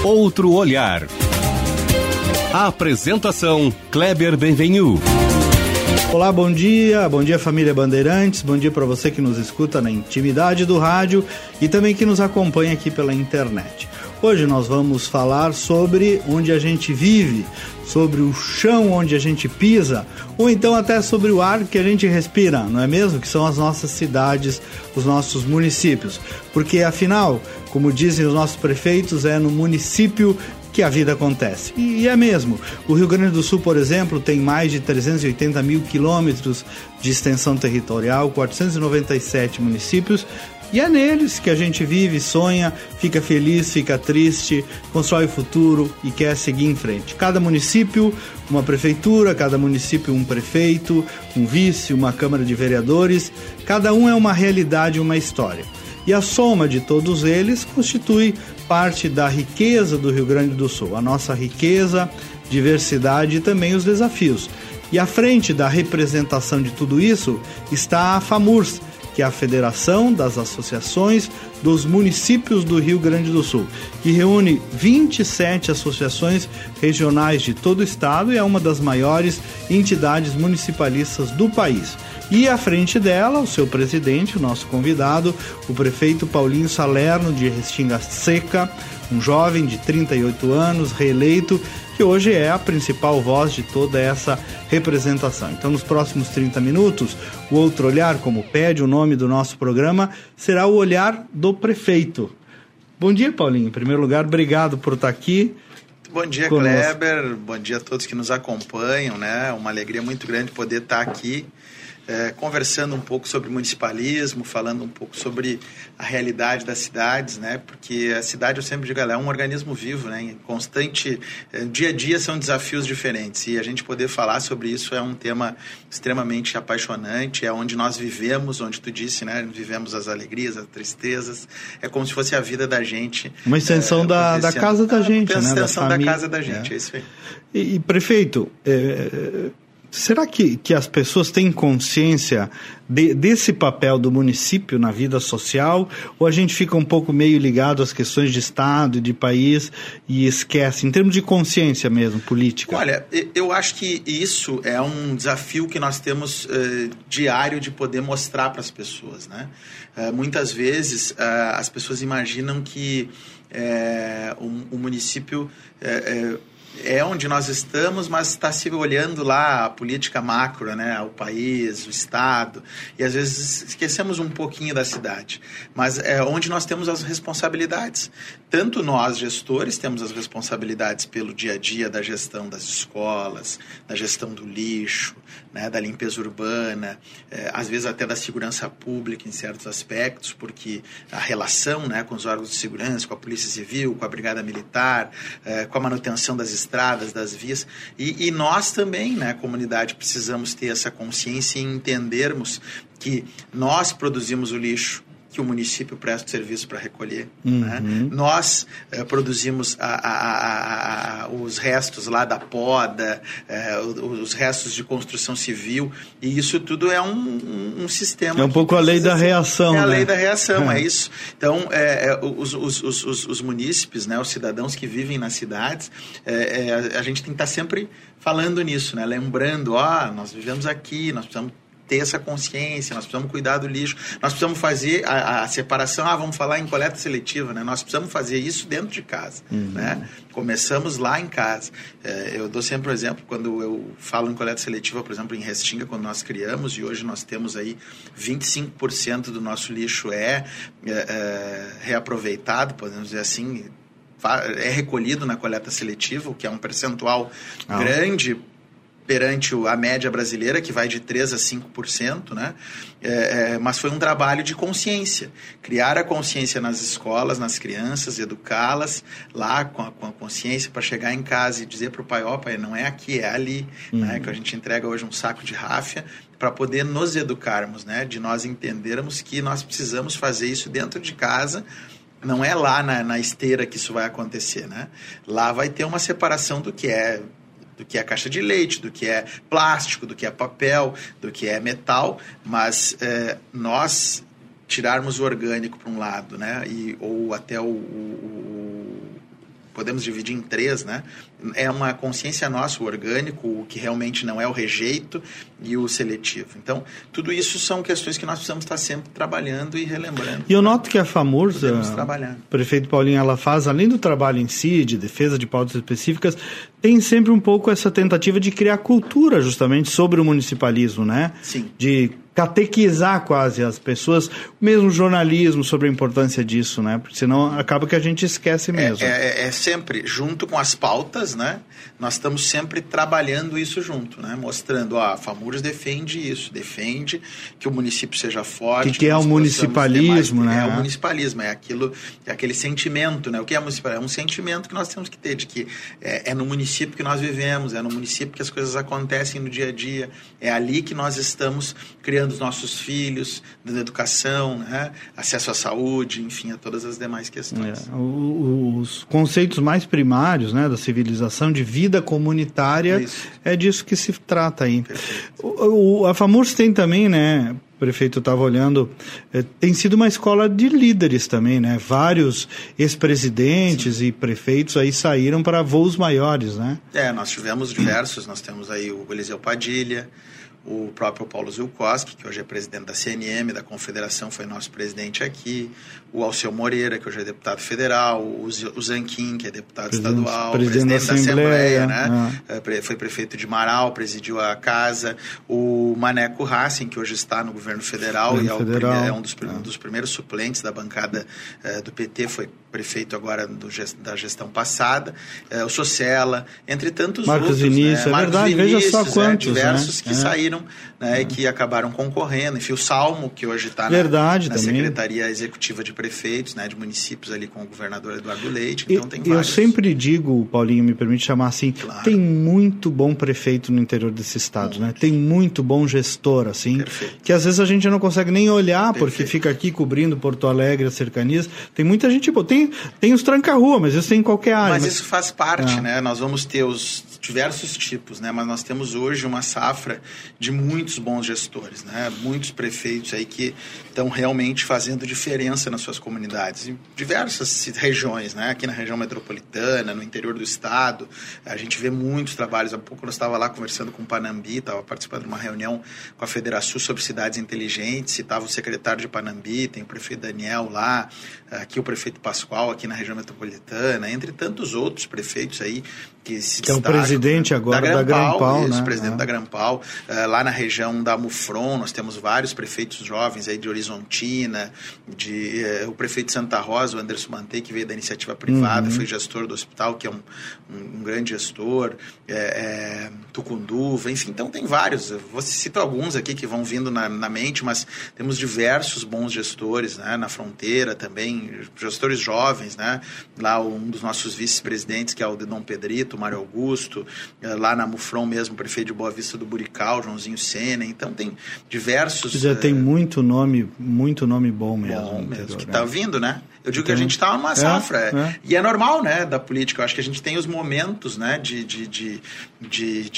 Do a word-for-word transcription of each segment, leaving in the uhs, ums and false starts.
Outro Olhar. A apresentação, Kleber Benvenu. Olá, bom dia, bom dia família Bandeirantes, bom dia para você que nos escuta na intimidade do rádio e também que nos acompanha aqui pela internet. Hoje nós vamos falar sobre onde a gente vive, sobre o chão onde a gente pisa, ou então até sobre o ar que a gente respira, não é mesmo? Que são as nossas cidades, os nossos municípios. Porque afinal, como dizem os nossos prefeitos, é no município que a vida acontece. E é mesmo. O Rio Grande do Sul, por exemplo, tem mais de trezentos e oitenta mil quilômetros de extensão territorial, quatrocentos e noventa e sete municípios, e é neles que a gente vive, sonha, fica feliz, fica triste, constrói o futuro e quer seguir em frente. Cada município, uma prefeitura, cada município um prefeito, um vice, uma câmara de vereadores, cada um é uma realidade, uma história. E a soma de todos eles constitui parte da riqueza do Rio Grande do Sul, a nossa riqueza, diversidade e também os desafios. E à frente da representação de tudo isso está a FAMURS, que é a Federação das Associações dos Municípios do Rio Grande do Sul, que reúne vinte e sete associações regionais de todo o estado e é uma das maiores entidades municipalistas do país. E à frente dela, o seu presidente, o nosso convidado, o prefeito Paulinho Salerno, de Restinga Seca, um jovem de trinta e oito anos, reeleito, que hoje é a principal voz de toda essa representação. Então, nos próximos trinta minutos, o Outro Olhar, como pede o nome do nosso programa, será o olhar do prefeito. Bom dia, Paulinho. Em primeiro lugar, obrigado por estar aqui. Bom dia, conosco. Kleber. Bom dia a todos que nos acompanham, né? Uma alegria muito grande poder estar aqui É, conversando um pouco sobre municipalismo, falando um pouco sobre a realidade das cidades, né? Porque a cidade, eu sempre digo, ela é um organismo vivo, né? Em constante, é, dia a dia são desafios diferentes e a gente poder falar sobre isso é um tema extremamente apaixonante, é onde nós vivemos, onde tu disse, né? Vivemos as alegrias, as tristezas, é como se fosse a vida da gente. Uma extensão é, da, da casa da gente, uma né? extensão da, da casa da gente, é, é isso aí. E, e prefeito, é... será que, que as pessoas têm consciência de, desse papel do município na vida social, ou a gente fica um pouco meio ligado às questões de Estado, de país, e esquece, em termos de consciência mesmo, política? Olha, eu acho que isso é um desafio que nós temos uh, diário de poder mostrar para as pessoas, né? Uh, muitas vezes uh, as pessoas imaginam que uh, o, o município... Uh, uh, é onde nós estamos, mas está se olhando lá a política macro, né? O país, o estado, e às vezes esquecemos um pouquinho da cidade, mas é onde nós temos as responsabilidades. Tanto nós, gestores, temos as responsabilidades pelo dia a dia da gestão das escolas, da gestão do lixo, né? Da limpeza urbana, é, às vezes até da segurança pública em certos aspectos, porque a relação, né, com os órgãos de segurança, com a Polícia Civil, com a Brigada Militar, é, com a manutenção das estradas, das vias, e, e nós também, né, comunidade, precisamos ter essa consciência e entendermos que nós produzimos o lixo que o município presta serviço para recolher. Uhum. Né? Nós eh, produzimos a, a, a, a, os restos lá da poda, eh, os restos de construção civil, e isso tudo é um, um, um sistema... É um pouco a lei da reação, É a né? lei da reação, é, é isso. Então, é, é, os, os, os, os, os munícipes, né, os cidadãos que vivem nas cidades, é, é, a gente tem que estar sempre falando nisso, né? Lembrando, ó, nós vivemos aqui, nós precisamos ter essa consciência, nós precisamos cuidar do lixo, nós precisamos fazer a, a separação, ah, vamos falar em coleta seletiva, né? Nós precisamos fazer isso dentro de casa, uhum. né? Começamos lá em casa. É, eu dou sempre um exemplo, quando eu falo em coleta seletiva, por exemplo, em Restinga, quando nós criamos, e hoje nós temos aí vinte e cinco por cento do nosso lixo é, é, é reaproveitado, podemos dizer assim, é recolhido na coleta seletiva, o que é um percentual ah. grande perante a média brasileira, que vai de três a cinco por cento, né? É, é, mas foi um trabalho de consciência. Criar a consciência nas escolas, nas crianças, educá-las lá com a, com a consciência para chegar em casa e dizer para o pai, ó, oh, pai, não é aqui, é ali, uhum. né? Que a gente entrega hoje um saco de ráfia para poder nos educarmos, né? De nós entendermos que nós precisamos fazer isso dentro de casa. Não é lá na, na esteira que isso vai acontecer, né? Lá vai ter uma separação do que é do que é caixa de leite, do que é plástico, do que é papel, do que é metal, mas é, nós tirarmos o orgânico para um lado, né, e, ou até o, o, o podemos dividir em três, né? É uma consciência nossa, o orgânico, o que realmente não é o rejeito e o seletivo. Então, tudo isso são questões que nós precisamos estar sempre trabalhando e relembrando. E eu noto que a FAMURSA, o prefeito Paulinho, ela faz, além do trabalho em si, de defesa de pautas específicas, tem sempre um pouco essa tentativa de criar cultura justamente sobre o municipalismo, né? Sim. De catequizar quase as pessoas, mesmo jornalismo, sobre a importância disso, né? Porque senão acaba que a gente esquece mesmo. É, é, é sempre, junto com as pautas, né? Nós estamos sempre trabalhando isso junto, né? Mostrando, ó, a FAMURS defende isso, defende que o município seja forte. Que, que, que é o municipalismo, mais, né? É o municipalismo, é aquilo, é aquele sentimento, né? O que é municipalismo? É um sentimento que nós temos que ter, de que é, é no município que nós vivemos, é no município que as coisas acontecem no dia a dia, é ali que nós estamos criando os nossos filhos, dando educação, né? Acesso à saúde, enfim, a todas as demais questões. É, os conceitos mais primários, né, da civilização, de vida comunitária, isso. É disso que se trata aí. O, o, a FAMURS tem também, né, o prefeito estava olhando, é, tem sido uma escola de líderes também, né? Vários ex-presidentes Sim. e prefeitos aí saíram para voos maiores, né? É, nós tivemos diversos, nós temos aí o Eliseu Padilha, o próprio Paulo Zilkowski, que hoje é presidente da C N M, da Confederação, foi nosso presidente aqui, o Alceu Moreira, que hoje é deputado federal, o Zanquim, que é deputado presidente, estadual, presidente, presidente da, da Assembleia, Assembleia, né? Ah. Foi prefeito de Marau, presidiu a casa, o Maneco Hassen, que hoje está no governo federal, governo e é, federal. O primeiro, é um, dos, ah. um dos primeiros suplentes da bancada uh, do P T, foi prefeito agora do, da gestão passada, uh, o Socella, entre tantos Marcos outros. Vinícius, né? é Marcos verdade, Vinícius, veja só quantos, é, diversos né? que é. saíram, né, é. que acabaram concorrendo, enfim, o Salmo, que hoje está na, na também. Secretaria Executiva de Prefeitos, né, de municípios ali com o governador Eduardo Leite, então e, tem eu vários. Eu sempre digo, Paulinho, me permite chamar assim, claro. Tem muito bom prefeito no interior desse estado, muito. Né? Tem muito bom gestor, assim, Perfeito. Que às vezes a gente não consegue nem olhar, Perfeito. Porque fica aqui cobrindo Porto Alegre, as cercanias, tem muita gente, pô, tem, tem os tranca-rua, mas isso tem em qualquer área. Mas, mas... isso faz parte, é. Né? Nós vamos ter os diversos tipos, né? Mas nós temos hoje uma safra de muitos bons gestores, né? Muitos prefeitos aí que estão realmente fazendo diferença nas suas comunidades, em diversas regiões, né? Aqui na região metropolitana, no interior do estado, a gente vê muitos trabalhos. Há pouco eu estava lá conversando com o Panambi, estava participando de uma reunião com a Federação sobre cidades inteligentes, estava o secretário de Panambi, tem o prefeito Daniel lá, aqui o prefeito Pascoal, aqui na região metropolitana, entre tantos outros prefeitos aí que se que é o presidente agora da Grampal, da Grampal isso, né? presidente é. da Grampal. Uh, lá na região da Mufron, nós temos vários prefeitos jovens aí de Horizontina, de, uh, o prefeito de Santa Rosa, o Anderson Mantei, que veio da iniciativa privada, uhum. foi gestor do hospital, que é um, um, um grande gestor, é, é, Tucunduva, enfim, então tem vários. Eu vou citar alguns aqui que vão vindo na, na mente, mas temos diversos bons gestores, né? Na fronteira também, gestores jovens, né? Lá um dos nossos vice-presidentes, que é o de Dom Pedrito, Mário Augusto, lá na Mufron mesmo, prefeito de Boa Vista do Burical, Joãozinho Sena, então tem diversos... Já uh, tem muito nome, muito nome bom mesmo. Bom mesmo, interior, que né? Tá vindo, né? Eu digo então, que a gente está numa safra, é, é. e é normal, né, da política. Eu acho que a gente tem os momentos, né, de, de, de, de,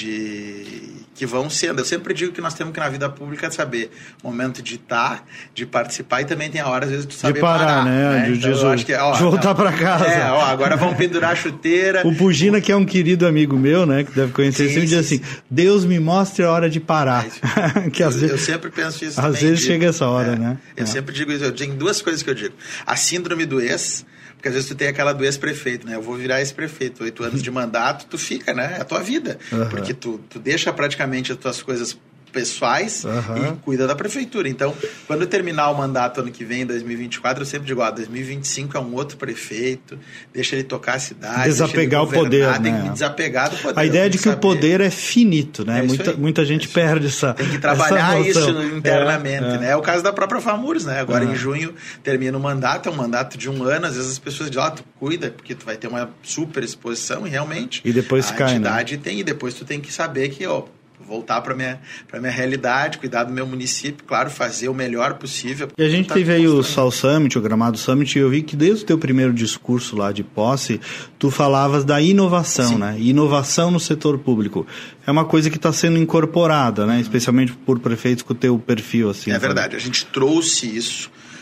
de que vão sendo. Eu sempre digo que nós temos que, na vida pública, saber o momento de estar, de participar, e também tem a hora, às vezes, de saber de parar, parar né? né? De, então, de, eu acho que, ó, de voltar para casa. É, ó, agora vamos pendurar a chuteira. O Pugina, que é um querido amigo meu, né, que deve conhecer, sim, sempre sim, diz assim, Deus me mostre a hora de parar. É que eu, às vezes, eu sempre penso isso. Às vezes digo. chega essa hora, é, né? Eu é. sempre digo isso. Eu tenho duas coisas que eu digo. A síndrome do ex... Porque às vezes tu tem aquela do ex-prefeito, né? Eu vou virar ex-prefeito, oito anos de mandato, tu fica, né? É a tua vida. Uhum. Porque tu, tu deixa praticamente as tuas coisas pessoais uhum. e cuida da prefeitura. Então, quando eu terminar o mandato ano que vem, em dois mil e vinte e quatro, eu sempre digo, ó, dois mil e vinte e cinco é um outro prefeito, deixa ele tocar a cidade, desapegar o poder, né? Tem que desapegar do poder. A ideia de que saber. O poder é finito, né? É muita, muita gente é perde essa Tem que trabalhar isso internamente, é, é. né? É o caso da própria FAMURS, né? Agora é. em junho termina o mandato, é um mandato de um ano, às vezes as pessoas dizem, ó, oh, tu cuida, porque tu vai ter uma super exposição e realmente e depois a cai, entidade né? tem, e depois tu tem que saber que, ó, voltar para minha para minha realidade, cuidar do meu município, claro, fazer o melhor possível. E a gente tá teve aí o Sal Summit, o Gramado Summit, e eu vi que desde o teu primeiro discurso lá de posse, tu falavas da inovação, Sim. né? Inovação no setor público. É uma coisa que está sendo incorporada, né? Uhum. Especialmente por prefeitos com o teu perfil, assim. É verdade, a gente trouxe isso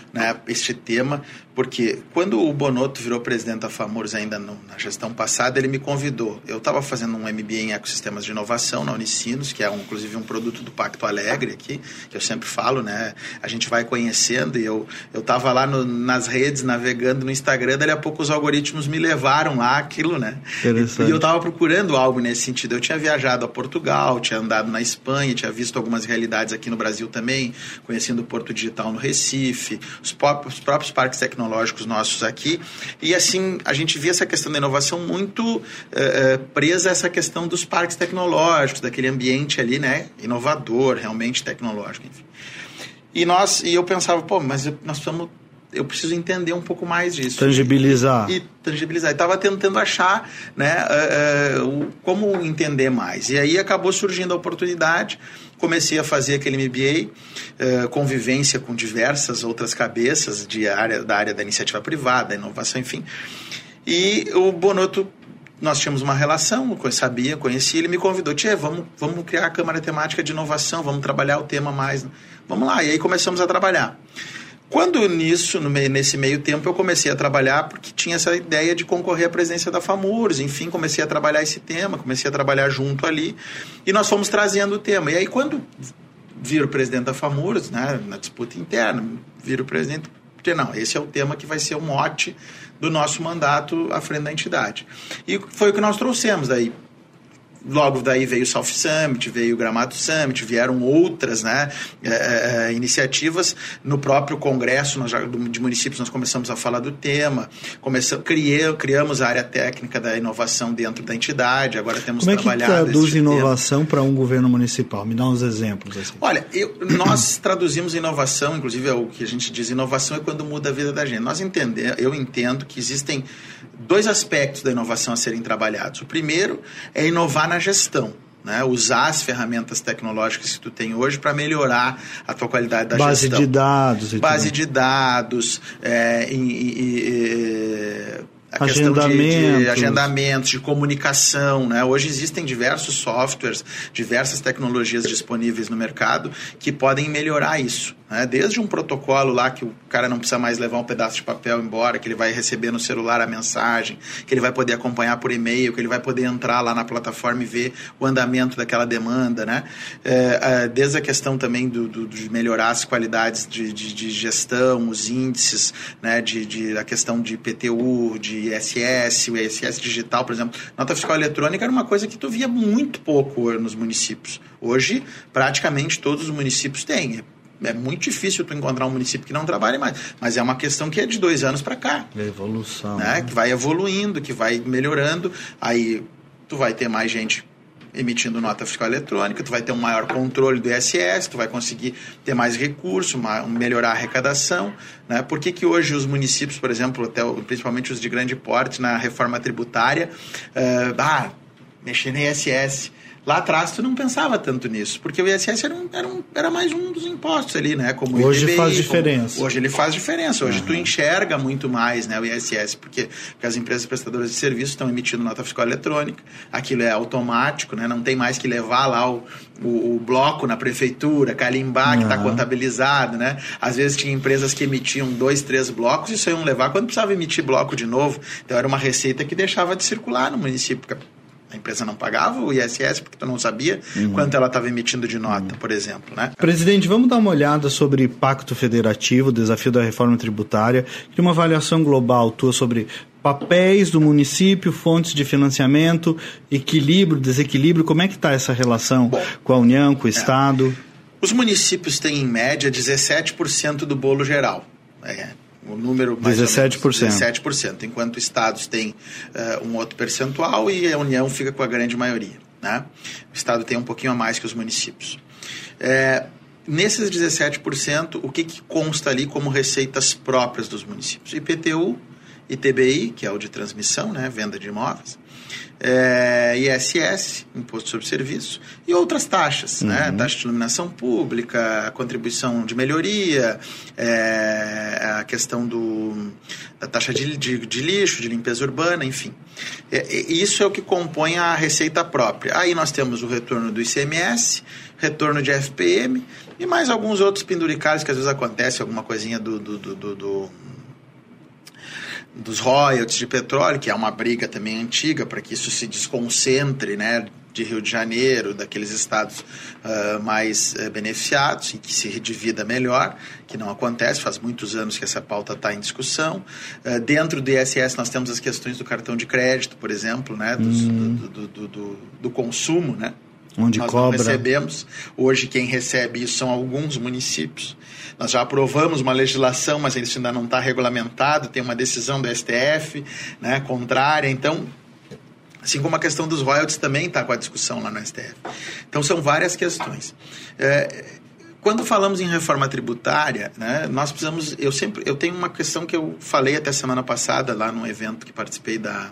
né, este tema, porque quando o Bonotto virou presidente da FAMURS ainda no, na gestão passada, ele me convidou. Eu estava fazendo um M B A em ecossistemas de inovação na Unicinos, que é um, inclusive um produto do Pacto Alegre aqui, que eu sempre falo, né? A gente vai conhecendo e eu eu estava lá no, nas redes, navegando no Instagram, daí a pouco os algoritmos me levaram lá, aquilo, né? E eu estava procurando algo nesse sentido. Eu tinha viajado a Portugal, tinha andado na Espanha, tinha visto algumas realidades aqui no Brasil também, conhecendo o Porto Digital no Recife, os próprios, os próprios parques tecnológicos nossos aqui, e assim, a gente via essa questão da inovação muito é, presa a essa questão dos parques tecnológicos, daquele ambiente ali, né, inovador, realmente tecnológico, enfim. E, nós, e eu pensava, pô, mas eu, nós precisamos, eu preciso entender um pouco mais disso. Tangibilizar. E, e tangibilizar. E estava tentando achar, né, uh, uh, como entender mais. E aí acabou surgindo a oportunidade. Comecei a fazer aquele M B A, uh, convivência com diversas outras cabeças de área, da área da iniciativa privada, da inovação, enfim. E o Bonotto, nós tínhamos uma relação, eu sabia, conhecia, ele me convidou, Tchê, vamos, vamos criar a Câmara Temática de Inovação, vamos trabalhar o tema mais. Vamos lá, e aí começamos a trabalhar. Quando nisso, no meio, nesse meio tempo, eu comecei a trabalhar porque tinha essa ideia de concorrer à presidência da FAMURS, enfim, comecei a trabalhar esse tema, comecei a trabalhar junto ali, e nós fomos trazendo o tema. E aí, quando viro presidente da FAMURS, né, na disputa interna, viro presidente, porque não, esse é o tema que vai ser o mote do nosso mandato à frente da entidade. E foi o que nós trouxemos daí. Logo daí veio o South Summit, veio o Gramado Summit, vieram outras, né, é, é, iniciativas. No próprio congresso nós já, de municípios nós começamos a falar do tema, começamos, criei, criamos a área técnica da inovação dentro da entidade, agora temos Como trabalhado... Como é que traduz inovação para um governo municipal? Me dá uns exemplos. Assim. Olha, eu, nós traduzimos inovação, inclusive é o que a gente diz, inovação é quando muda a vida da gente. Nós entender, eu entendo que existem dois aspectos da inovação a serem trabalhados. O primeiro é inovar na gestão, né? Usar as ferramentas tecnológicas que tu tem hoje para melhorar a tua qualidade da Base gestão. De dados e Base tudo. de dados, é, e, e, e, a questão agendamentos. De, de agendamentos, de comunicação, né? Hoje existem diversos softwares, diversas tecnologias disponíveis no mercado que podem melhorar isso, né? Desde um protocolo lá que o cara não precisa mais levar um pedaço de papel embora, que ele vai receber no celular a mensagem, que ele vai poder acompanhar por e-mail, que ele vai poder entrar lá na plataforma e ver o andamento daquela demanda, né? É, é, desde a questão também do, do, de melhorar as qualidades de, de, de gestão, os índices, né? de, de, a questão de I P T U, de I S S, o I S S digital, por exemplo. Nota fiscal eletrônica era uma coisa que tu via muito pouco nos municípios. Hoje, praticamente todos os municípios têm. É muito difícil tu encontrar um município que não trabalhe mais. Mas é uma questão que é de dois anos para cá. É evolução. Né? Né? Que vai evoluindo, que vai melhorando. Aí tu vai ter mais gente emitindo nota fiscal eletrônica, tu vai ter um maior controle do I S S, tu vai conseguir ter mais recurso, uma, melhorar a arrecadação, né? Por que que hoje os municípios, por exemplo, até, principalmente os de grande porte, na reforma tributária, uh, ah, mexer no I S S... Lá atrás tu não pensava tanto nisso, porque o I S S era, um, era, um, era mais um dos impostos ali, né? Como hoje o I T B I, faz diferença. Como, hoje ele faz diferença. Hoje uhum. tu enxerga muito mais, né, o I S S, porque, porque as empresas prestadoras de serviços estão emitindo nota fiscal eletrônica, aquilo é automático, né? Não tem mais que levar lá o, o, o bloco na prefeitura, carimbar uhum. que está contabilizado, né? Às vezes tinha empresas que emitiam dois, três blocos e só iam levar quando precisava emitir bloco de novo. Então era uma receita que deixava de circular no município, porque a empresa não pagava o I S S porque tu não sabia uhum. quanto ela estava emitindo de nota, uhum. por exemplo, né? Presidente, vamos dar uma olhada sobre Pacto Federativo, desafio da reforma tributária, e uma avaliação global tua sobre papéis do município, fontes de financiamento, equilíbrio, desequilíbrio, como é que está essa relação Bom, com a União, com o é. Estado? Os municípios têm, em média, dezessete por cento do bolo geral. É. O número mais dezessete por cento. dezessete por cento, enquanto estados têm uh, um outro percentual e a União fica com a grande maioria, né? O estado tem um pouquinho a mais que os municípios. É, nesses dezessete por cento, o que, que consta ali como receitas próprias dos municípios? I P T U, I T B I, que é o de transmissão, né? Venda de imóveis, É, I S S, Imposto sobre Serviço, e outras taxas, uhum. né? Taxa de iluminação pública, contribuição de melhoria, é, a questão do, da taxa de, de, de lixo, de limpeza urbana, enfim. É, isso é o que compõe a receita própria. Aí nós temos o retorno do I C M S, retorno de F P M e mais alguns outros penduricários que às vezes acontece, alguma coisinha do... do, do, do, do dos royalties de petróleo, que é uma briga também antiga para que isso se desconcentre, né, de Rio de Janeiro, daqueles estados uh, mais uh, beneficiados e que se redivida melhor, que não acontece, faz muitos anos que essa pauta está em discussão. Uh, dentro do I S S nós temos as questões do cartão de crédito, por exemplo, né, dos, hum. do, do, do, do, do consumo, né? Onde nós cobra. Não recebemos. Hoje quem recebe isso são alguns municípios. Nós já aprovamos uma legislação, mas isso ainda não está regulamentado, tem uma decisão do S T F, né, contrária. Então, assim como a questão dos royalties também está com a discussão lá no S T F. Então, são várias questões. É, quando falamos em reforma tributária, né, nós precisamos... Eu, sempre, eu tenho uma questão que eu falei até semana passada, lá num evento que participei da,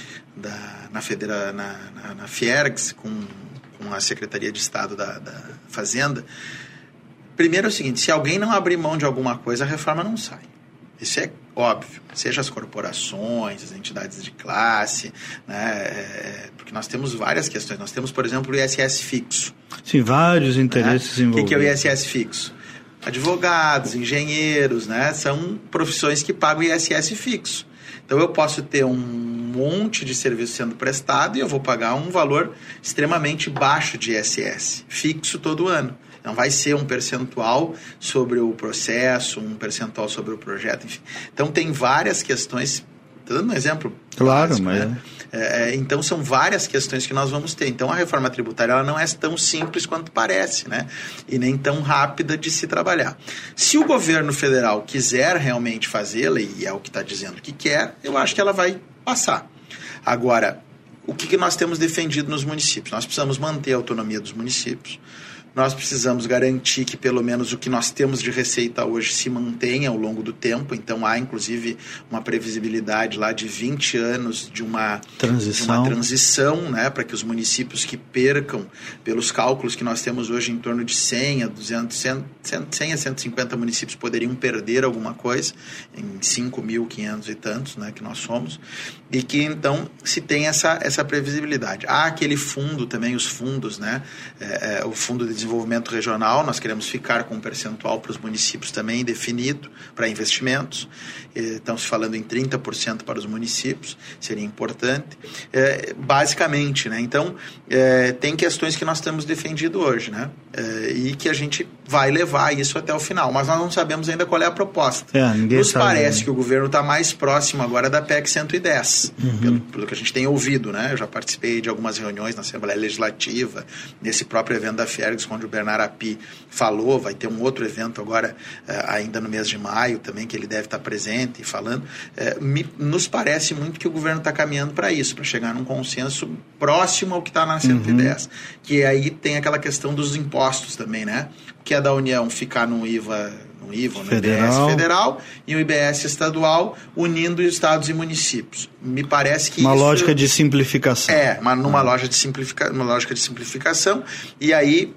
da, na, Federa, na, na, na Fiergs, com... com a Secretaria de Estado da, da Fazenda. Primeiro é o seguinte, se alguém não abrir mão de alguma coisa, a reforma não sai. Isso é óbvio, seja as corporações, as entidades de classe, né, é, porque nós temos várias questões. Nós temos, por exemplo, o I S S fixo. Sim, vários interesses né? envolvidos. O que é o I S S fixo? Advogados, engenheiros, né, são profissões que pagam I S S fixo. Então, eu posso ter um monte de serviço sendo prestado e eu vou pagar um valor extremamente baixo de I S S, fixo todo ano. Não vai ser um percentual sobre o processo, um percentual sobre o projeto, enfim. Então, tem várias questões. Estou dando um exemplo claro, básico, mas... né? É, então, são várias questões que nós vamos ter. Então, a reforma tributária ela não é tão simples quanto parece, né? E nem tão rápida de se trabalhar. Se o governo federal quiser realmente fazê-la, e é o que está dizendo que quer, eu acho que ela vai passar. Agora, o que, que nós temos defendido nos municípios? Nós precisamos manter a autonomia dos municípios. Nós precisamos garantir que pelo menos o que nós temos de receita hoje se mantenha ao longo do tempo. Então há inclusive uma previsibilidade lá de vinte anos de uma transição, de uma transição, né, para que os municípios que percam, pelos cálculos que nós temos hoje, em torno de cem a duzentos, cem, cem a cento e cinquenta municípios poderiam perder alguma coisa, em cinco mil e quinhentos e tantos, né, que nós somos, e que então se tem essa, essa previsibilidade. Há aquele fundo também, os fundos, né, é, é, o Fundo de Desenvolvimento Regional, nós queremos ficar com um percentual para os municípios também definido para investimentos. Estamos falando em trinta por cento para os municípios, seria importante. É, basicamente, né? Então, é, tem questões que nós temos defendido hoje, né? É, e que a gente vai levar isso até o final, mas nós não sabemos ainda qual é a proposta. É, Nos sabe, parece né? que o governo está mais próximo agora da P E C cento e dez, uhum. pelo, pelo que a gente tem ouvido, né? Eu já participei de algumas reuniões na Assembleia Legislativa, nesse próprio evento da Fiergs, onde o Bernardo Api falou. Vai ter um outro evento agora, ainda no mês de maio também, que ele deve estar presente e falando. Me, nos parece muito que o governo está caminhando para isso, para chegar num consenso próximo ao que está na cento e dez, uhum. que aí tem aquela questão dos impostos também, né? Que é da União ficar no I V A, no I V A, no federal. I B S federal e o I B S estadual, unindo estados e municípios. Me parece que uma isso... lógica de simplificação. É, uma, numa, ah. loja de simplifica... uma lógica de simplificação, e aí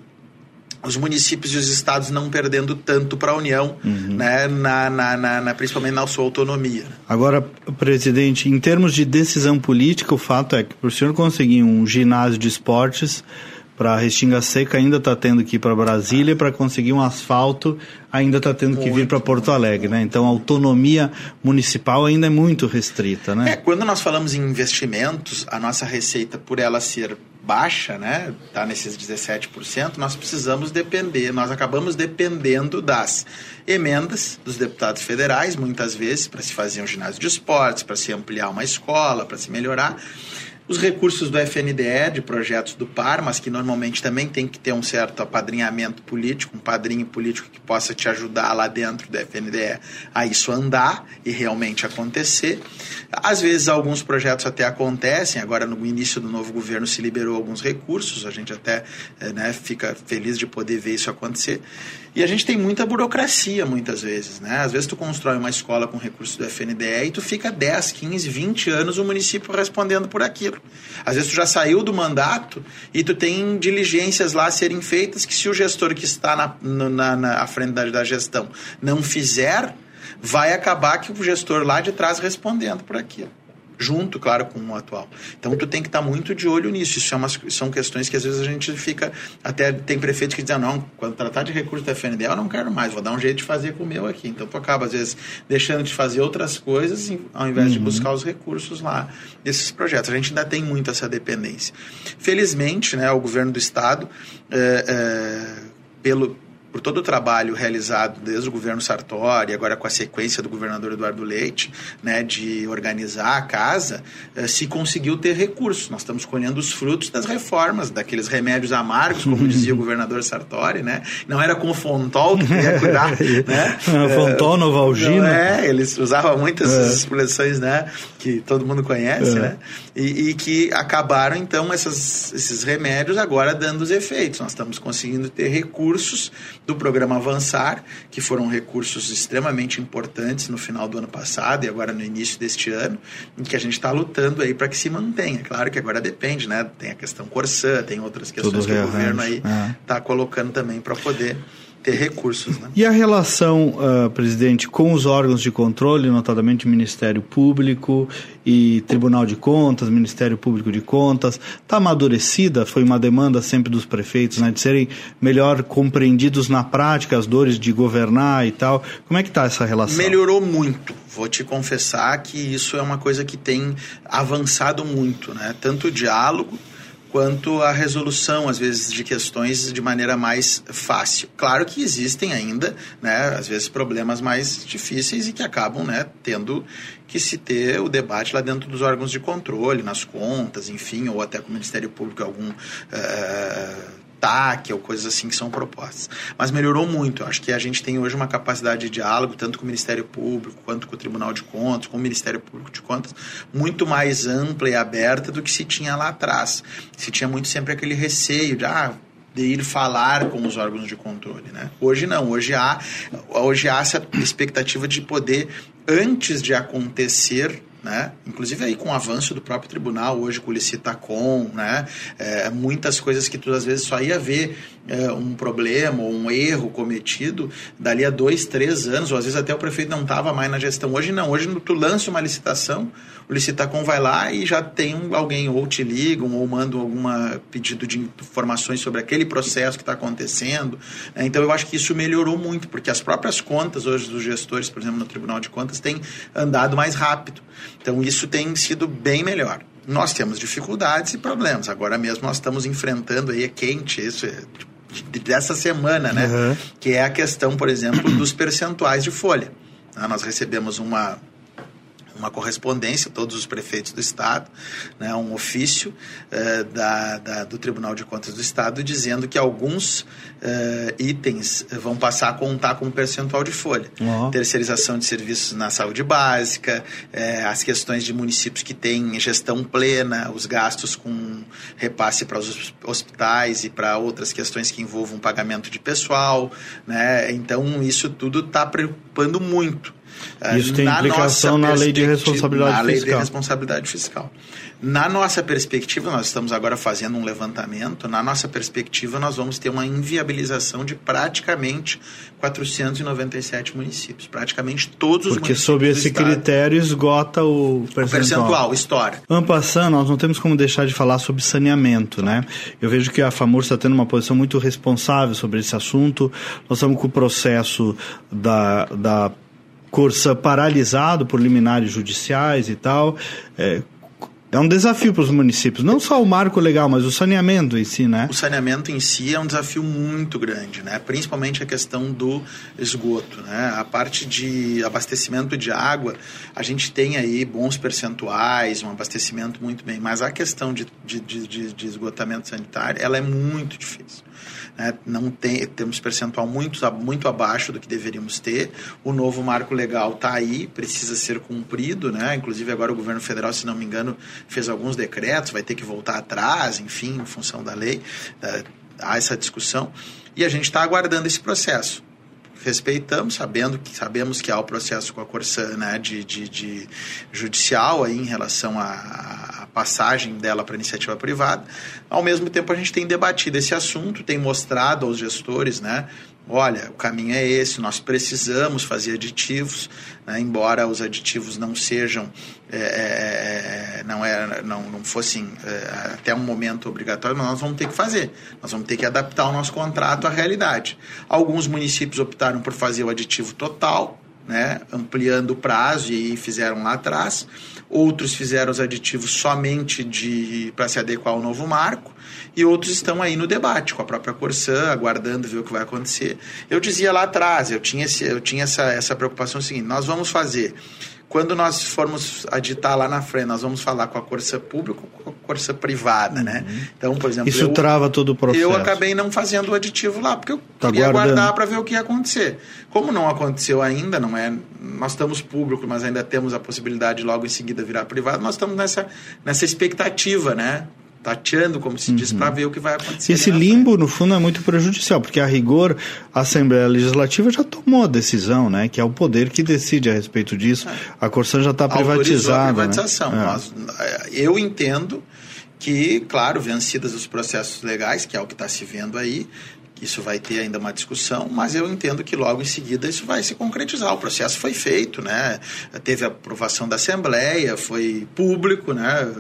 os municípios e os estados não perdendo tanto para a União, uhum. né, na, na, na, na, principalmente na sua autonomia. Agora, presidente, em termos de decisão política, o fato é que para o senhor conseguir um ginásio de esportes para a Restinga Seca ainda está tendo que ir para Brasília, para conseguir um asfalto ainda está tendo muito, que vir para Porto Alegre, muito, né? Então a autonomia municipal ainda é muito restrita, né? É, quando nós falamos em investimentos, a nossa receita, por ela ser baixa, né, tá nesses dezessete por cento, nós precisamos depender, nós acabamos dependendo das emendas dos deputados federais, muitas vezes, para se fazer um ginásio de esportes, para se ampliar uma escola, para se melhorar. Os recursos do F N D E, de projetos do Par, mas que normalmente também tem que ter um certo apadrinhamento político, um padrinho político que possa te ajudar lá dentro do F N D E a isso andar e realmente acontecer. Às vezes alguns projetos até acontecem, agora no início do novo governo se liberou alguns recursos, a gente até né, fica feliz de poder ver isso acontecer. E a gente tem muita burocracia muitas vezes, né? Às vezes tu constrói uma escola com recursos do F N D E e tu fica dez, quinze, vinte anos o município respondendo por aquilo. Às vezes tu já saiu do mandato e tu tem diligências lá a serem feitas que se o gestor que está na, na, na à frente da, da gestão não fizer, vai acabar que o gestor lá de trás respondendo por aquilo. Junto, claro, com o atual. Então, tu tem que estar muito de olho nisso. Isso é umas, são questões que, às vezes, a gente fica... Até tem prefeitos que dizem, não, quando tratar de recurso da F N D E, eu não quero mais, vou dar um jeito de fazer com o meu aqui. Então, tu acaba, às vezes, deixando de fazer outras coisas ao invés uhum. de buscar os recursos lá desses projetos. A gente ainda tem muito essa dependência. Felizmente, né, o governo do Estado, é, é, pelo... por todo o trabalho realizado desde o governo Sartori, agora com a sequência do governador Eduardo Leite, né, de organizar a casa, eh, se conseguiu ter recursos. Nós estamos colhendo os frutos das reformas, daqueles remédios amargos, como dizia o governador Sartori, né? Não era com o Fontol que ia cuidar, né? Fontol, Novalgina. É, eles usavam muitas é. expressões, né, que todo mundo conhece, é. né? E, e que acabaram, então, essas, esses remédios agora dando os efeitos. Nós estamos conseguindo ter recursos do programa Avançar, que foram recursos extremamente importantes no final do ano passado e agora no início deste ano, em que a gente está lutando aí para que se mantenha. Claro que agora depende, né? Tem a questão Corsã, tem outras questões Tudo que rearranjo. o governo aí está é. colocando também para poder ter recursos, né? E a relação, uh, presidente, com os órgãos de controle, notadamente Ministério Público e Tribunal de Contas, Ministério Público de Contas, está amadurecida? Foi uma demanda sempre dos prefeitos, né, de serem melhor compreendidos na prática, as dores de governar e tal. Como é que está essa relação? Melhorou muito. Vou te confessar que isso é uma coisa que tem avançado muito, né? Tanto o diálogo quanto a resolução, às vezes, de questões de maneira mais fácil. Claro que existem ainda, né, às vezes, problemas mais difíceis e que acabam, né, tendo que se ter o debate lá dentro dos órgãos de controle, nas contas, enfim, ou até com o Ministério Público, algum... Uh, T A C ou coisas assim que são propostas. Mas melhorou muito. Eu acho que a gente tem hoje uma capacidade de diálogo, tanto com o Ministério Público, quanto com o Tribunal de Contas, com o Ministério Público de Contas, muito mais ampla e aberta do que se tinha lá atrás. Se tinha muito sempre aquele receio de, ah, de ir falar com os órgãos de controle, né? Hoje não. Hoje há, hoje há essa expectativa de poder, antes de acontecer, né? Inclusive aí com o avanço do próprio tribunal, hoje com o Licitacom, né? É, muitas coisas que tu às vezes só ia ver é, um problema ou um erro cometido dali a dois, três anos, ou às vezes até o prefeito não estava mais na gestão. Hoje não, hoje tu lança uma licitação, o Licitacom vai lá e já tem alguém, ou te ligam, ou mandam algum pedido de informações sobre aquele processo que está acontecendo. Né? Então eu acho que isso melhorou muito, porque as próprias contas hoje dos gestores, por exemplo, no Tribunal de Contas, têm andado mais rápido. Então isso tem sido bem melhor. Nós temos dificuldades e problemas. Agora mesmo nós estamos enfrentando, aí é quente, isso é dessa semana, né? Uhum. Que é a questão, por exemplo, dos percentuais de folha. Ah, nós recebemos uma... uma correspondência, todos os prefeitos do Estado, né, um ofício uh, da, da, do Tribunal de Contas do Estado dizendo que alguns uh, itens vão passar a contar como percentual de folha. Uhum. Terceirização de serviços na saúde básica, uh, as questões de municípios que têm gestão plena, os gastos com repasse para os hospitais e para outras questões que envolvam pagamento de pessoal, né? Então isso tudo está preocupando muito. Isso tem na implicação na lei de responsabilidade na fiscal. lei de responsabilidade fiscal. Na nossa perspectiva, nós estamos agora fazendo um levantamento, na nossa perspectiva nós vamos ter uma inviabilização de praticamente quatrocentos e noventa e sete municípios, praticamente todos os Porque municípios sob esse do critério esgota o percentual. O percentual, estoura. Ano passado, nós não temos como deixar de falar sobre saneamento, né? Eu vejo que a FAMURS está tendo uma posição muito responsável sobre esse assunto. Nós estamos com o processo da... da Corsã paralisado por liminares judiciais e tal. É, é um desafio para os municípios, não só o marco legal, mas o saneamento em si, né? O saneamento em si é um desafio muito grande, né? Principalmente a questão do esgoto, né? A parte de abastecimento de água, a gente tem aí bons percentuais, um abastecimento muito bem, mas a questão de, de, de, de esgotamento sanitário, ela é muito difícil. Né? Não tem, temos percentual muito, muito abaixo do que deveríamos ter. O novo marco legal está aí, precisa ser cumprido, né? Inclusive agora o governo federal, se não me engano, fez alguns decretos, vai ter que voltar atrás, enfim, em função da lei, uh, há essa discussão, e a gente está aguardando esse processo. Respeitamos, sabendo que, sabemos que há o processo com a Corsã, né, de, de, de judicial aí em relação a, a passagem dela para a iniciativa privada. Ao mesmo tempo, a gente tem debatido esse assunto, tem mostrado aos gestores, né, olha, o caminho é esse, nós precisamos fazer aditivos, né, embora os aditivos não sejam, é, é, não, é, não, não fossem é, até um momento obrigatório, mas nós vamos ter que fazer, nós vamos ter que adaptar o nosso contrato à realidade. Alguns municípios optaram por fazer o aditivo total, né, ampliando o prazo, e fizeram lá atrás. Outros fizeram os aditivos somente para se adequar ao novo marco, e outros estão aí no debate com a própria Corsã, aguardando ver o que vai acontecer. Eu dizia lá atrás, eu tinha, esse, eu tinha essa, essa preocupação seguinte: nós vamos fazer, quando nós formos aditar lá na frente, nós vamos falar com a Corsã pública ou com a Corsã privada, né? Então, por exemplo... Isso eu, trava todo o processo. Eu acabei não fazendo o aditivo lá, porque eu tá queria guardando. aguardar para ver o que ia acontecer. Como não aconteceu ainda, não é, nós estamos públicos, mas ainda temos a possibilidade de logo em seguida virar privado, nós estamos nessa, nessa expectativa, né? Tateando, como se diz, uhum. para ver o que vai acontecer. Esse limbo, no fundo, é muito prejudicial, porque a rigor a Assembleia Legislativa já tomou a decisão, né, que é o poder que decide a respeito disso. É. A Corsã já está privatizada. A privatização. Né? Nós, eu entendo que, claro, vencidas os processos legais, que é o que está se vendo aí, isso vai ter ainda uma discussão, mas eu entendo que logo em seguida isso vai se concretizar. O processo foi feito, né? Teve a aprovação da Assembleia, foi público, né?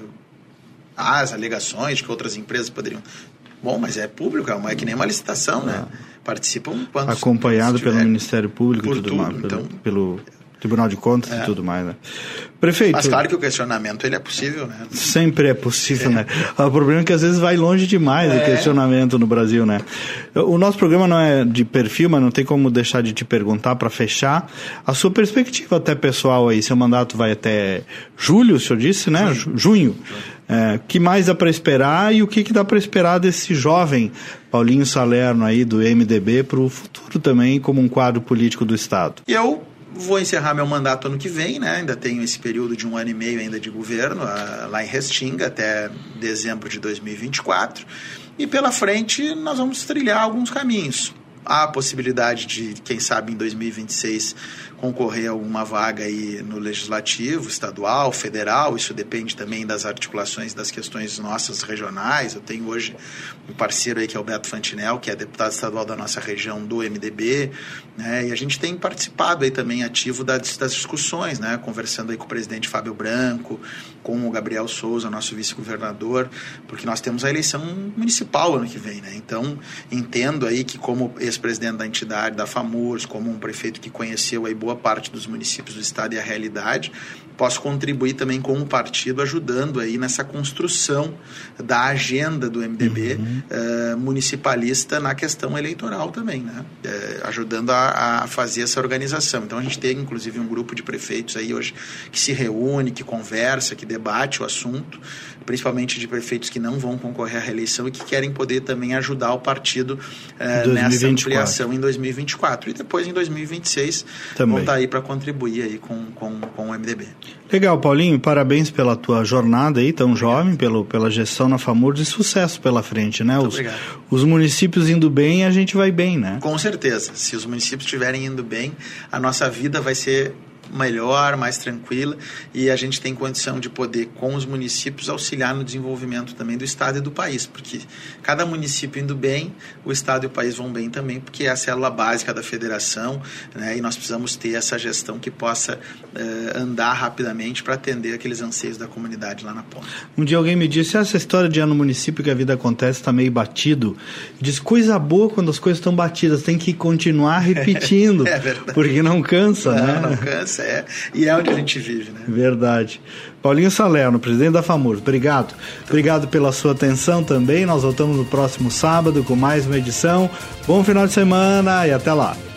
As alegações de que outras empresas poderiam... Bom, mas é público, é que nem uma licitação, né? Participam quantos... Acompanhado pelo Ministério Público e tudo tudo, mais, pelo, então... pelo Tribunal de Contas é. e tudo mais, né? Prefeito... Mas claro que o questionamento, ele é possível, né? Sempre é possível, é. né? O problema é que às vezes vai longe demais é. o questionamento no Brasil, né? O nosso programa não é de perfil, mas não tem como deixar de te perguntar, para fechar, a sua perspectiva até pessoal aí. Seu mandato vai até julho, o senhor disse, né? Junho. Junho. É, que mais dá para esperar e o que, que dá para esperar desse jovem Paulinho Salerno aí do M D B para o futuro também como um quadro político do Estado? Eu vou encerrar meu mandato ano que vem, né? Ainda tenho esse período de um ano e meio ainda de governo, uh, lá em Restinga, até dezembro de dois mil e vinte e quatro. E pela frente nós vamos trilhar alguns caminhos. Há a possibilidade de, quem sabe, em dois mil e vinte e seis concorrer a alguma vaga aí no Legislativo, estadual, federal. Isso depende também das articulações das questões nossas regionais. Eu tenho hoje um parceiro aí que é o Beto Fantinel, que é deputado estadual da nossa região do M D B, né? E a gente tem participado aí também ativo das, das discussões, né? Conversando aí com o presidente Fábio Branco, com o Gabriel Souza, nosso vice-governador, porque nós temos a eleição municipal ano que vem, né? Então, entendo aí que como ex-presidente da entidade, da FAMURS, como um prefeito que conheceu aí boa parte dos municípios do estado e a realidade, posso contribuir também com o partido, ajudando aí nessa construção da agenda do M D B uhum. uh, municipalista na questão eleitoral também, né? Uh, ajudando a, a fazer essa organização. Então a gente tem inclusive um grupo de prefeitos aí hoje que se reúne, que conversa, que debate o assunto, principalmente de prefeitos que não vão concorrer à reeleição e que querem poder também ajudar o partido uh, nessa ampliação em dois mil e vinte e quatro. E depois em dois mil e vinte e seis também vão estar aí para contribuir aí com, com, com o M D B. Legal, Paulinho, parabéns pela tua jornada aí, tão obrigado. Jovem, pelo, pela gestão na FAMURS e sucesso pela frente, né? Os, os municípios indo bem, a gente vai bem, né? Com certeza, se os municípios estiverem indo bem, a nossa vida vai ser melhor, mais tranquila, e a gente tem condição de poder, com os municípios, auxiliar no desenvolvimento também do estado e do país, porque cada município indo bem, o estado e o país vão bem também, porque é a célula básica da federação, né, e nós precisamos ter essa gestão que possa uh, andar rapidamente para atender aqueles anseios da comunidade lá na ponta. Um dia alguém me disse, essa história de ir no município que a vida acontece está meio batido. Diz, coisa boa quando as coisas estão batidas, tem que continuar repetindo, é verdade. Porque não cansa, não, né? Não cansa. É, e é onde a gente vive, né? Verdade. Paulinho Salerno, presidente da FAMURS, obrigado. Obrigado pela sua atenção também. Nós voltamos no próximo sábado com mais uma edição. Bom final de semana e até lá.